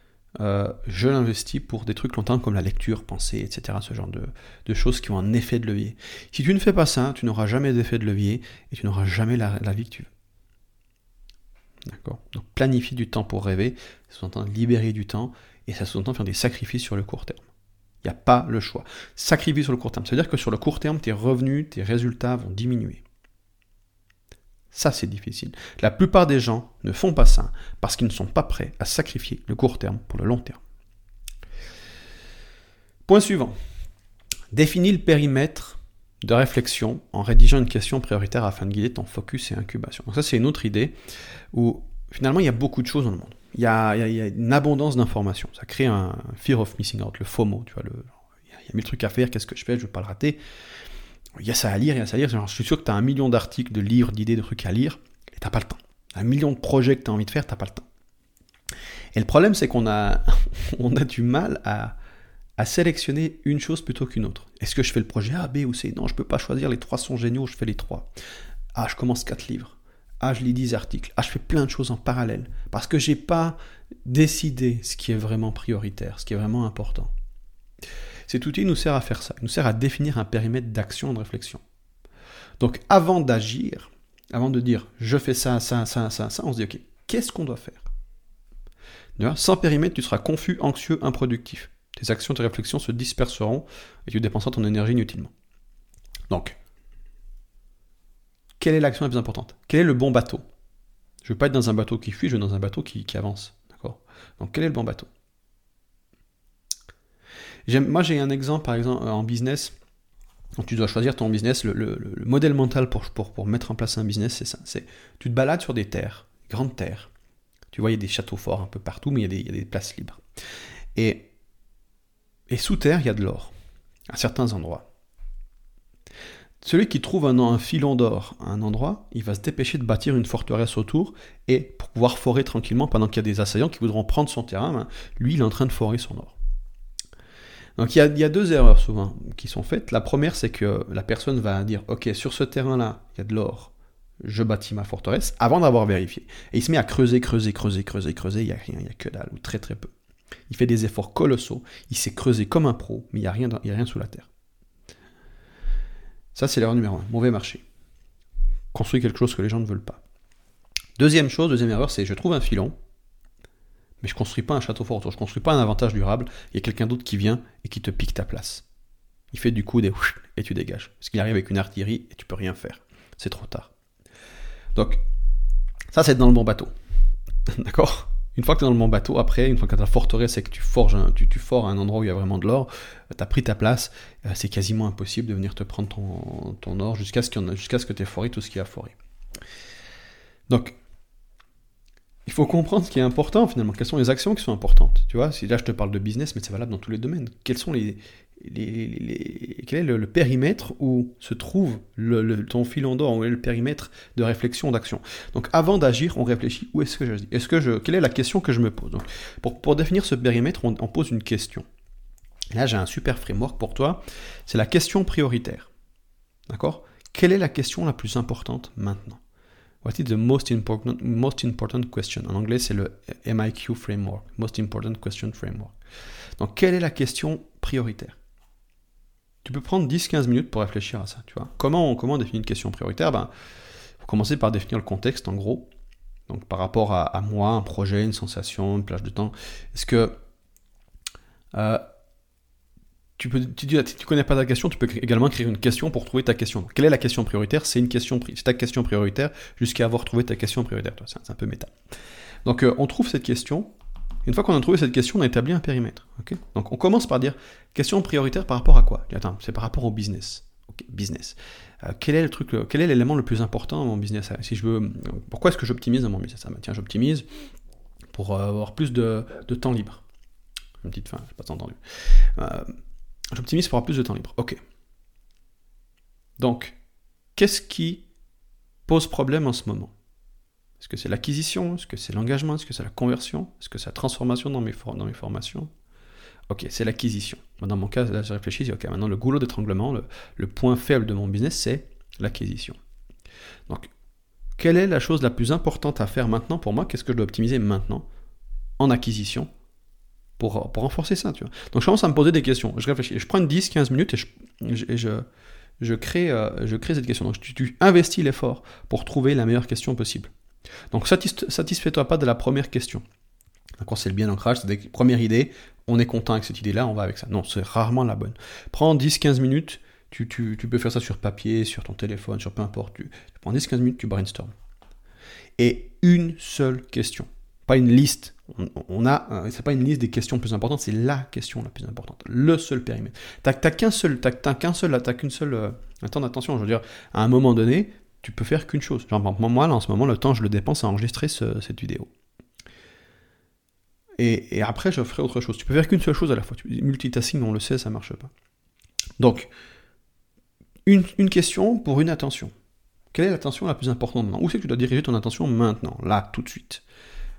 [SPEAKER 1] je l'investis pour des trucs longtemps comme la lecture, penser, etc. Ce genre de choses qui ont un effet de levier. Si tu ne fais pas ça, tu n'auras jamais d'effet de levier et tu n'auras jamais la vie que tu veux. D'accord? Donc planifie du temps pour rêver, ça sous-entend libérer du temps et ça sous-entend faire des sacrifices sur le court terme. Il n'y a pas le choix. Sacrifice sur le court terme, ça veut dire que sur le court terme, tes revenus, tes résultats vont diminuer. Ça, c'est difficile. La plupart des gens ne font pas ça parce qu'ils ne sont pas prêts à sacrifier le court terme pour le long terme. Point suivant. Définis le périmètre de réflexion en rédigeant une question prioritaire afin de guider ton focus et incubation. Donc ça, c'est une autre idée où finalement, il y a beaucoup de choses dans le monde. Il y a une abondance d'informations. Ça crée un fear of missing out, le FOMO. Tu vois, il y a 1000 trucs à faire, qu'est-ce que je fais, je ne veux pas le rater. Il y a ça à lire, Genre, je suis sûr que tu as 1 million d'articles, de livres, d'idées, de trucs à lire, et tu n'as pas le temps. 1 million de projets que tu as envie de faire, tu n'as pas le temps. Et le problème, c'est qu'on a du mal à sélectionner une chose plutôt qu'une autre. Est-ce que je fais le projet A, B ou C? Non, je ne peux pas choisir, les 3 sont géniaux, je fais les 3. Ah, je commence 4 livres. Ah, je lis 10 articles. Ah, je fais plein de choses en parallèle. Parce que je n'ai pas décidé ce qui est vraiment prioritaire, ce qui est vraiment important. Cet outil nous sert à faire ça. Il nous sert à définir un périmètre d'action et de réflexion. Donc, avant d'agir, avant de dire « je fais ça, ça, ça, ça, ça », on se dit « ok, qu'est-ce qu'on doit faire ?» Sans périmètre, tu seras confus, anxieux, improductif. Tes actions, tes réflexions se disperseront et tu dépenseras ton énergie inutilement. Donc, quelle est l'action la plus importante? Quel est le bon bateau? Je ne veux pas être dans un bateau qui fuit, je veux être dans un bateau qui avance. D'accord? Donc, quel est le bon bateau? Moi, j'ai un exemple, par exemple, en business. Donc, tu dois choisir ton business. Le modèle mental pour mettre en place un business, c'est ça. Tu te balades sur des terres, grandes terres. Tu vois, il y a des châteaux forts un peu partout, mais il y a des places libres. Et sous terre, il y a de l'or, à certains endroits. Celui qui trouve un filon d'or à un endroit, il va se dépêcher de bâtir une forteresse autour et pour pouvoir forer tranquillement pendant qu'il y a des assaillants qui voudront prendre son terrain. Lui, il est en train de forer son or. Donc il y a 2 erreurs souvent qui sont faites. La première, c'est que la personne va dire « Ok, sur ce terrain-là, il y a de l'or, je bâtis ma forteresse » avant d'avoir vérifié. Et il se met à creuser, il n'y a rien, il n'y a que dalle, ou très très peu. Il fait des efforts colossaux, il s'est creusé comme un pro, mais il n'y a rien sous la terre. Ça, c'est l'erreur numéro 1, mauvais marché. Construire quelque chose que les gens ne veulent pas. Deuxième erreur, c'est je trouve un filon, mais je ne construis pas un château fort autour, je ne construis pas un avantage durable, il y a quelqu'un d'autre qui vient et qui te pique ta place. Il fait du coup des et tu dégages. Parce qu'il arrive avec une artillerie et tu ne peux rien faire. C'est trop tard. Donc, ça c'est dans le bon bateau. D'accord? Une fois que tu es dans le bon bateau, après, une fois que tu as la forteresse et que tu fores à un endroit où il y a vraiment de l'or, tu as pris ta place, c'est quasiment impossible de venir te prendre ton or jusqu'à ce que tu aies foré tout ce qu'il y a foré. Donc, il faut comprendre ce qui est important finalement, quelles sont les actions qui sont importantes. Tu vois, si là je te parle de business, mais c'est valable dans tous les domaines. Quelles sont les quel est le périmètre où se trouve ton filon d'or, où est le périmètre de réflexion, d'action. Donc avant d'agir, on réfléchit, où est-ce que j'agis ? Quelle est la question que je me pose ? Donc, pour définir ce périmètre, on pose une question. Là, j'ai un super framework pour toi, c'est la question prioritaire. D'accord ? Quelle est la question la plus importante maintenant ? What is the most important question ? En anglais, c'est le MIQ framework, Most Important Question Framework. Donc, quelle est la question prioritaire ? Tu peux prendre 10-15 minutes pour réfléchir à ça. Tu vois. Comment définir une question prioritaire ? Il faut commencer par définir le contexte, en gros. Donc, par rapport à moi, un projet, une sensation, une plage de temps. Est-ce que tu connais pas ta question, tu peux également créer une question pour trouver ta question. Donc, quelle est la question prioritaire ? C'est ta question prioritaire jusqu'à avoir trouvé ta question prioritaire. C'est un peu méta. Donc, on trouve cette question. Une fois qu'on a trouvé cette question, on a établi un périmètre. Okay ? Donc, on commence par dire question prioritaire par rapport à quoi ? Attends, c'est par rapport au business. Okay, business. Quel est l'élément le plus important dans mon business ? Pourquoi est-ce que j'optimise dans mon business ? Tiens, j'optimise pour avoir plus de temps libre. Une petite fin, je n'ai pas entendu. J'optimise pour avoir plus de temps libre. Ok. Donc, qu'est-ce qui pose problème en ce moment ? Est-ce que c'est l'acquisition ? Est-ce que c'est l'engagement ? Est-ce que c'est la conversion ? Est-ce que c'est la transformation dans mes formations ? Ok, c'est l'acquisition. Dans mon cas, là, je réfléchis, je dis, ok, maintenant, le goulot d'étranglement, le point faible de mon business, c'est l'acquisition. Donc, quelle est la chose la plus importante à faire maintenant pour moi ? Qu'est-ce que je dois optimiser maintenant en acquisition pour renforcer ça, tu vois. Donc, je commence à me poser des questions. Je réfléchis. Je prends 10-15 minutes et je crée cette question. Donc, tu investis l'effort pour trouver la meilleure question possible. Donc, satisfais-toi pas de la première question. D'accord, c'est le bien ancrage, c'est des premières idées, on est content avec cette idée-là, on va avec ça. Non, c'est rarement la bonne. Prends 10-15 minutes, tu peux faire ça sur papier, sur ton téléphone, sur peu importe. Tu prends 10-15 minutes, tu brainstorm. Et une seule question, pas une liste. C'est pas une liste des questions plus importantes, c'est la question la plus importante, le seul périmètre. T'as qu'une seule un temps d'attention. Je veux dire, à un moment donné, tu peux faire qu'une chose. Genre, moi, là, en ce moment, le temps, je le dépense à enregistrer cette vidéo. Et après, je ferai autre chose. Tu peux faire qu'une seule chose à la fois. Multitasking, on le sait, ça marche pas. Donc, une question pour une attention. Quelle est l'attention la plus importante maintenant ? Où c'est que tu dois diriger ton attention maintenant, là, tout de suite ? Ok ?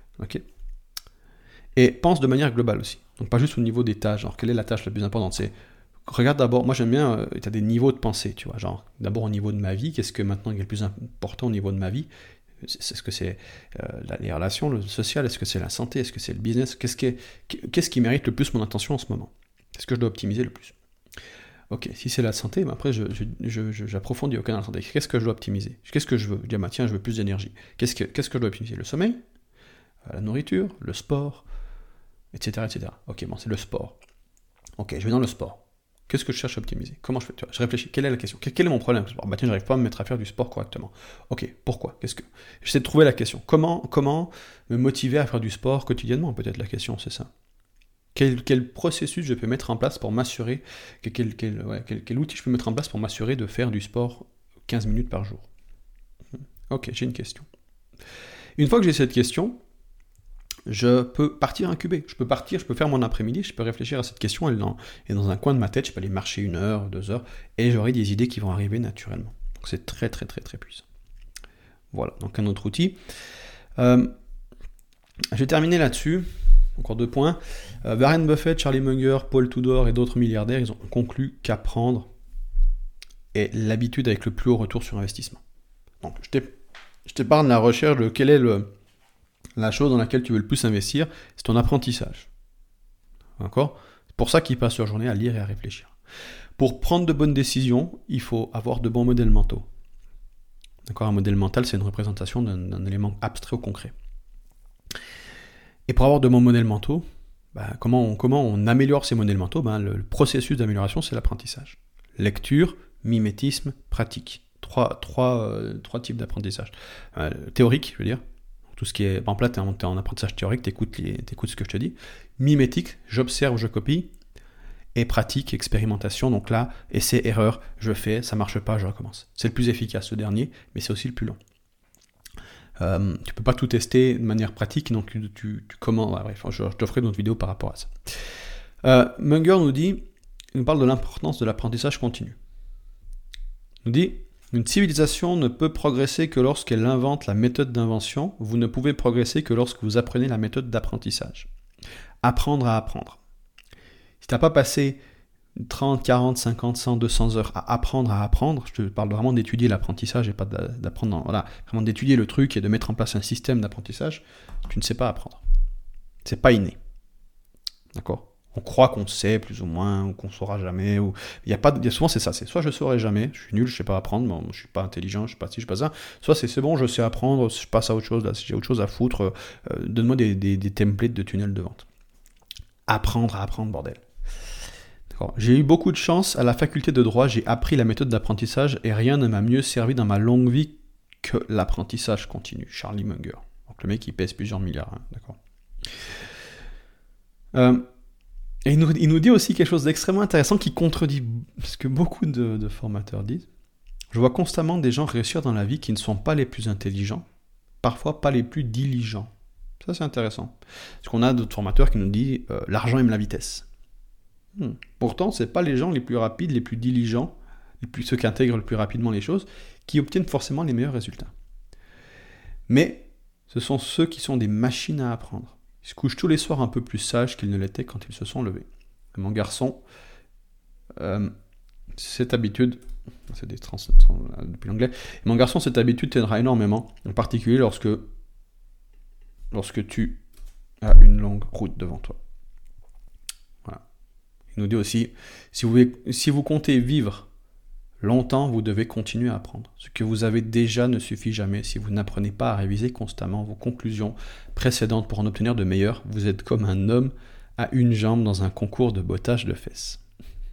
[SPEAKER 1] Et pense de manière globale aussi. Donc, pas juste au niveau des tâches. Genre, quelle est la tâche la plus importante ? Regarde d'abord, moi j'aime bien, tu as des niveaux de pensée, tu vois. Genre, d'abord au niveau de ma vie, qu'est-ce que maintenant est le plus important au niveau de ma vie ? Est-ce que c'est les relations, le social ? Est-ce que c'est la santé ? Est-ce que c'est le business ? Qu'est-ce qui mérite le plus mon attention en ce moment ? Qu'est-ce que je dois optimiser le plus ? Ok, si c'est la santé, après j'approfondis dans la santé. Qu'est-ce que je dois optimiser ? Qu'est-ce que je veux ? Je dis, tiens, je veux plus d'énergie. Qu'est-ce que je dois optimiser ? Le sommeil ? La nourriture ? Le sport ? Etc. Ok, bon, c'est le sport. Ok, je vais dans le sport. Qu'est-ce que je cherche à optimiser ? Comment je fais ? Je réfléchis. Quelle est la question ? Quel est mon problème ? Tiens, j'arrive pas à me mettre à faire du sport correctement. Ok, pourquoi ? J'essaie de trouver la question. Comment me motiver à faire du sport quotidiennement ? Peut-être la question, c'est ça. Quel processus je peux mettre en place pour m'assurer quel outil je peux mettre en place pour m'assurer de faire du sport 15 minutes par jour ? Ok, j'ai une question. Une fois que j'ai cette question, je peux partir incuber. Je peux faire mon après-midi, je peux réfléchir à cette question, elle est dans un coin de ma tête, je peux aller marcher 1 heure, 2 heures, et j'aurai des idées qui vont arriver naturellement. Donc c'est très très très très puissant. Voilà, donc un autre outil. Je vais terminer là-dessus. Encore 2 points. Warren Buffett, Charlie Munger, Paul Tudor et d'autres milliardaires, ils ont conclu qu'apprendre est l'habitude avec le plus haut retour sur investissement. Donc je t'épargne la recherche de quelle est la chose dans laquelle tu veux le plus investir, c'est ton apprentissage. D'accord ? C'est pour ça qu'ils passent leur journée à lire et à réfléchir. Pour prendre de bonnes décisions, il faut avoir de bons modèles mentaux. D'accord ? Un modèle mental, c'est une représentation d'un élément abstrait au concret. Et pour avoir de bons modèles mentaux, comment on améliore ces modèles mentaux ? Le processus d'amélioration, c'est l'apprentissage. Lecture, mimétisme, pratique. Trois types d'apprentissage. Théorique, je veux dire. Tout ce qui est, par exemple là, t'es en apprentissage théorique, t'écoutes ce que je te dis. Mimétique, j'observe, je copie. Et pratique, expérimentation, donc là, essai, erreur, je fais, ça marche pas, je recommence. C'est le plus efficace, ce dernier, mais c'est aussi le plus long. Tu peux pas tout tester de manière pratique, donc tu commences. Bref, je te ferai une autre vidéo par rapport à ça. Munger nous dit, il nous parle de l'importance de l'apprentissage continu. Il nous dit, une civilisation ne peut progresser que lorsqu'elle invente la méthode d'invention. Vous ne pouvez progresser que lorsque vous apprenez la méthode d'apprentissage. Apprendre à apprendre. Si tu n'as pas passé 30, 40, 50, 100, 200 heures à apprendre, je te parle vraiment d'étudier l'apprentissage et pas d'apprendre, voilà, vraiment d'étudier le truc et de mettre en place un système d'apprentissage, tu ne sais pas apprendre. C'est pas inné. D'accord ? On croit qu'on sait plus ou moins, ou qu'on saura jamais, ou souvent c'est ça, c'est soit je saurai jamais, je suis nul, je sais pas apprendre, bon, je suis pas intelligent, je sais pas ci, je sais pas ça, soit c'est bon, je sais apprendre, je passe à autre chose, là, si j'ai autre chose à foutre, donne-moi des templates de tunnels de vente. Apprendre à apprendre, bordel. J'ai eu beaucoup de chance, à la faculté de droit, j'ai appris la méthode d'apprentissage et rien ne m'a mieux servi dans ma longue vie que l'apprentissage continu. Charlie Munger. Donc le mec il pèse plusieurs milliards, hein, d'accord. Et il nous dit aussi quelque chose d'extrêmement intéressant qui contredit ce que beaucoup de formateurs disent. Je vois constamment des gens réussir dans la vie qui ne sont pas les plus intelligents, parfois pas les plus diligents. Ça c'est intéressant. Parce qu'on a d'autres formateurs qui nous disent l'argent aime la vitesse. Pourtant, ce n'est pas les gens les plus rapides, les plus diligents, ceux qui intègrent le plus rapidement les choses, qui obtiennent forcément les meilleurs résultats. Mais ce sont ceux qui sont des machines à apprendre. Ils se couchent tous les soirs un peu plus sages qu'ils ne l'étaient quand ils se sont levés. Et mon garçon, cette habitude, c'est des depuis l'anglais, mon garçon, cette habitude t'aidera énormément, en particulier lorsque tu as une longue route devant toi. Il nous dit aussi, si vous comptez vivre longtemps, vous devez continuer à apprendre. Ce que vous avez déjà ne suffit jamais. Si vous n'apprenez pas à réviser constamment vos conclusions précédentes pour en obtenir de meilleures, vous êtes comme un homme à une jambe dans un concours de bottage de fesses.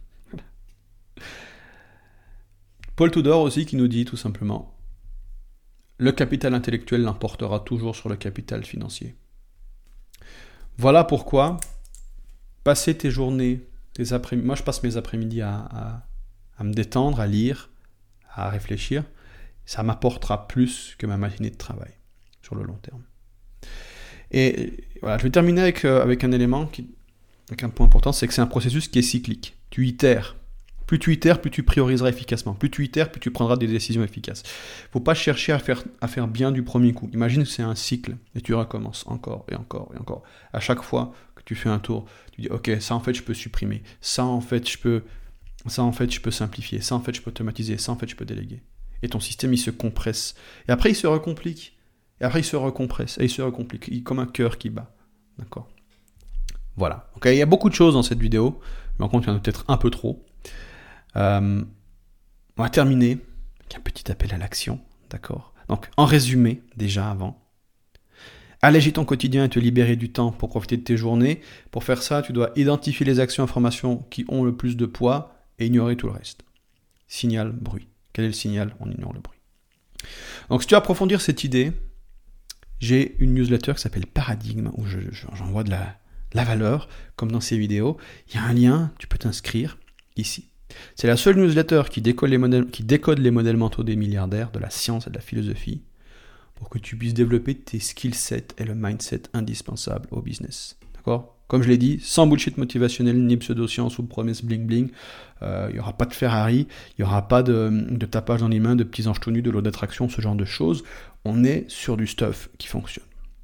[SPEAKER 1] Paul Tudor aussi qui nous dit tout simplement, le capital intellectuel l'emportera toujours sur le capital financier. Voilà pourquoi passer tes journées, moi je passe mes après-midi à me détendre, à lire, à réfléchir. Ça m'apportera plus que ma matinée de travail sur le long terme. Et voilà, je vais terminer avec un élément, avec un point important, c'est que c'est un processus qui est cyclique. Tu itères. Plus tu itères, plus tu prioriseras efficacement. Plus tu itères, plus tu prendras des décisions efficaces. Il ne faut pas chercher à faire bien du premier coup. Imagine que c'est un cycle et tu recommences encore et encore et encore. À chaque fois que tu fais un tour, tu dis ok, ça en fait je peux supprimer, ça en fait je peux simplifier, ça en fait je peux automatiser, ça en fait je peux déléguer. Et ton système il se compresse. Et après il se recomplique. Et après il se recompresse. Et il se recomplique. Comme un cœur qui bat. D'accord ? Voilà. Donc, il y a beaucoup de choses dans cette vidéo. Mais en compte, il y en a peut-être un peu trop. On va terminer avec un petit appel à l'action. D'accord ? Donc, en résumé, déjà avant, alléger ton quotidien et te libérer du temps pour profiter de tes journées. Pour faire ça, tu dois identifier les actions et informations qui ont le plus de poids et ignorer tout le reste. Signal, bruit. Quel est le signal ? On ignore le bruit. Donc, si tu veux approfondir cette idée, j'ai une newsletter qui s'appelle Paradigme, où j'envoie de la valeur, comme dans ces vidéos. Il y a un lien, tu peux t'inscrire ici. C'est la seule newsletter qui décode les modèles mentaux des milliardaires, de la science et de la philosophie, pour que tu puisses développer tes skill sets et le mindset indispensable au business. D'accord ? Comme je l'ai dit, sans bullshit motivationnel, ni pseudo-science ou promesse bling-bling, il n'y aura pas de Ferrari, il n'y aura pas de tapage dans les mains, de petits anges tout nus, de l'eau d'attraction, ce genre de choses. On est sur du stuff qui fonctionne.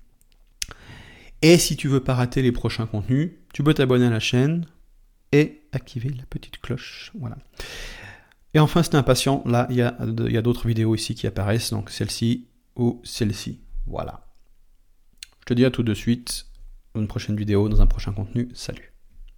[SPEAKER 1] Et si tu veux pas rater les prochains contenus, tu peux t'abonner à la chaîne et activer la petite cloche. Voilà. Et enfin, si t'es impatient, là, il y a d'autres vidéos ici qui apparaissent, donc celle-ci ou celle-ci. Voilà. Je te dis à tout de suite, dans une prochaine vidéo, dans un prochain contenu. Salut.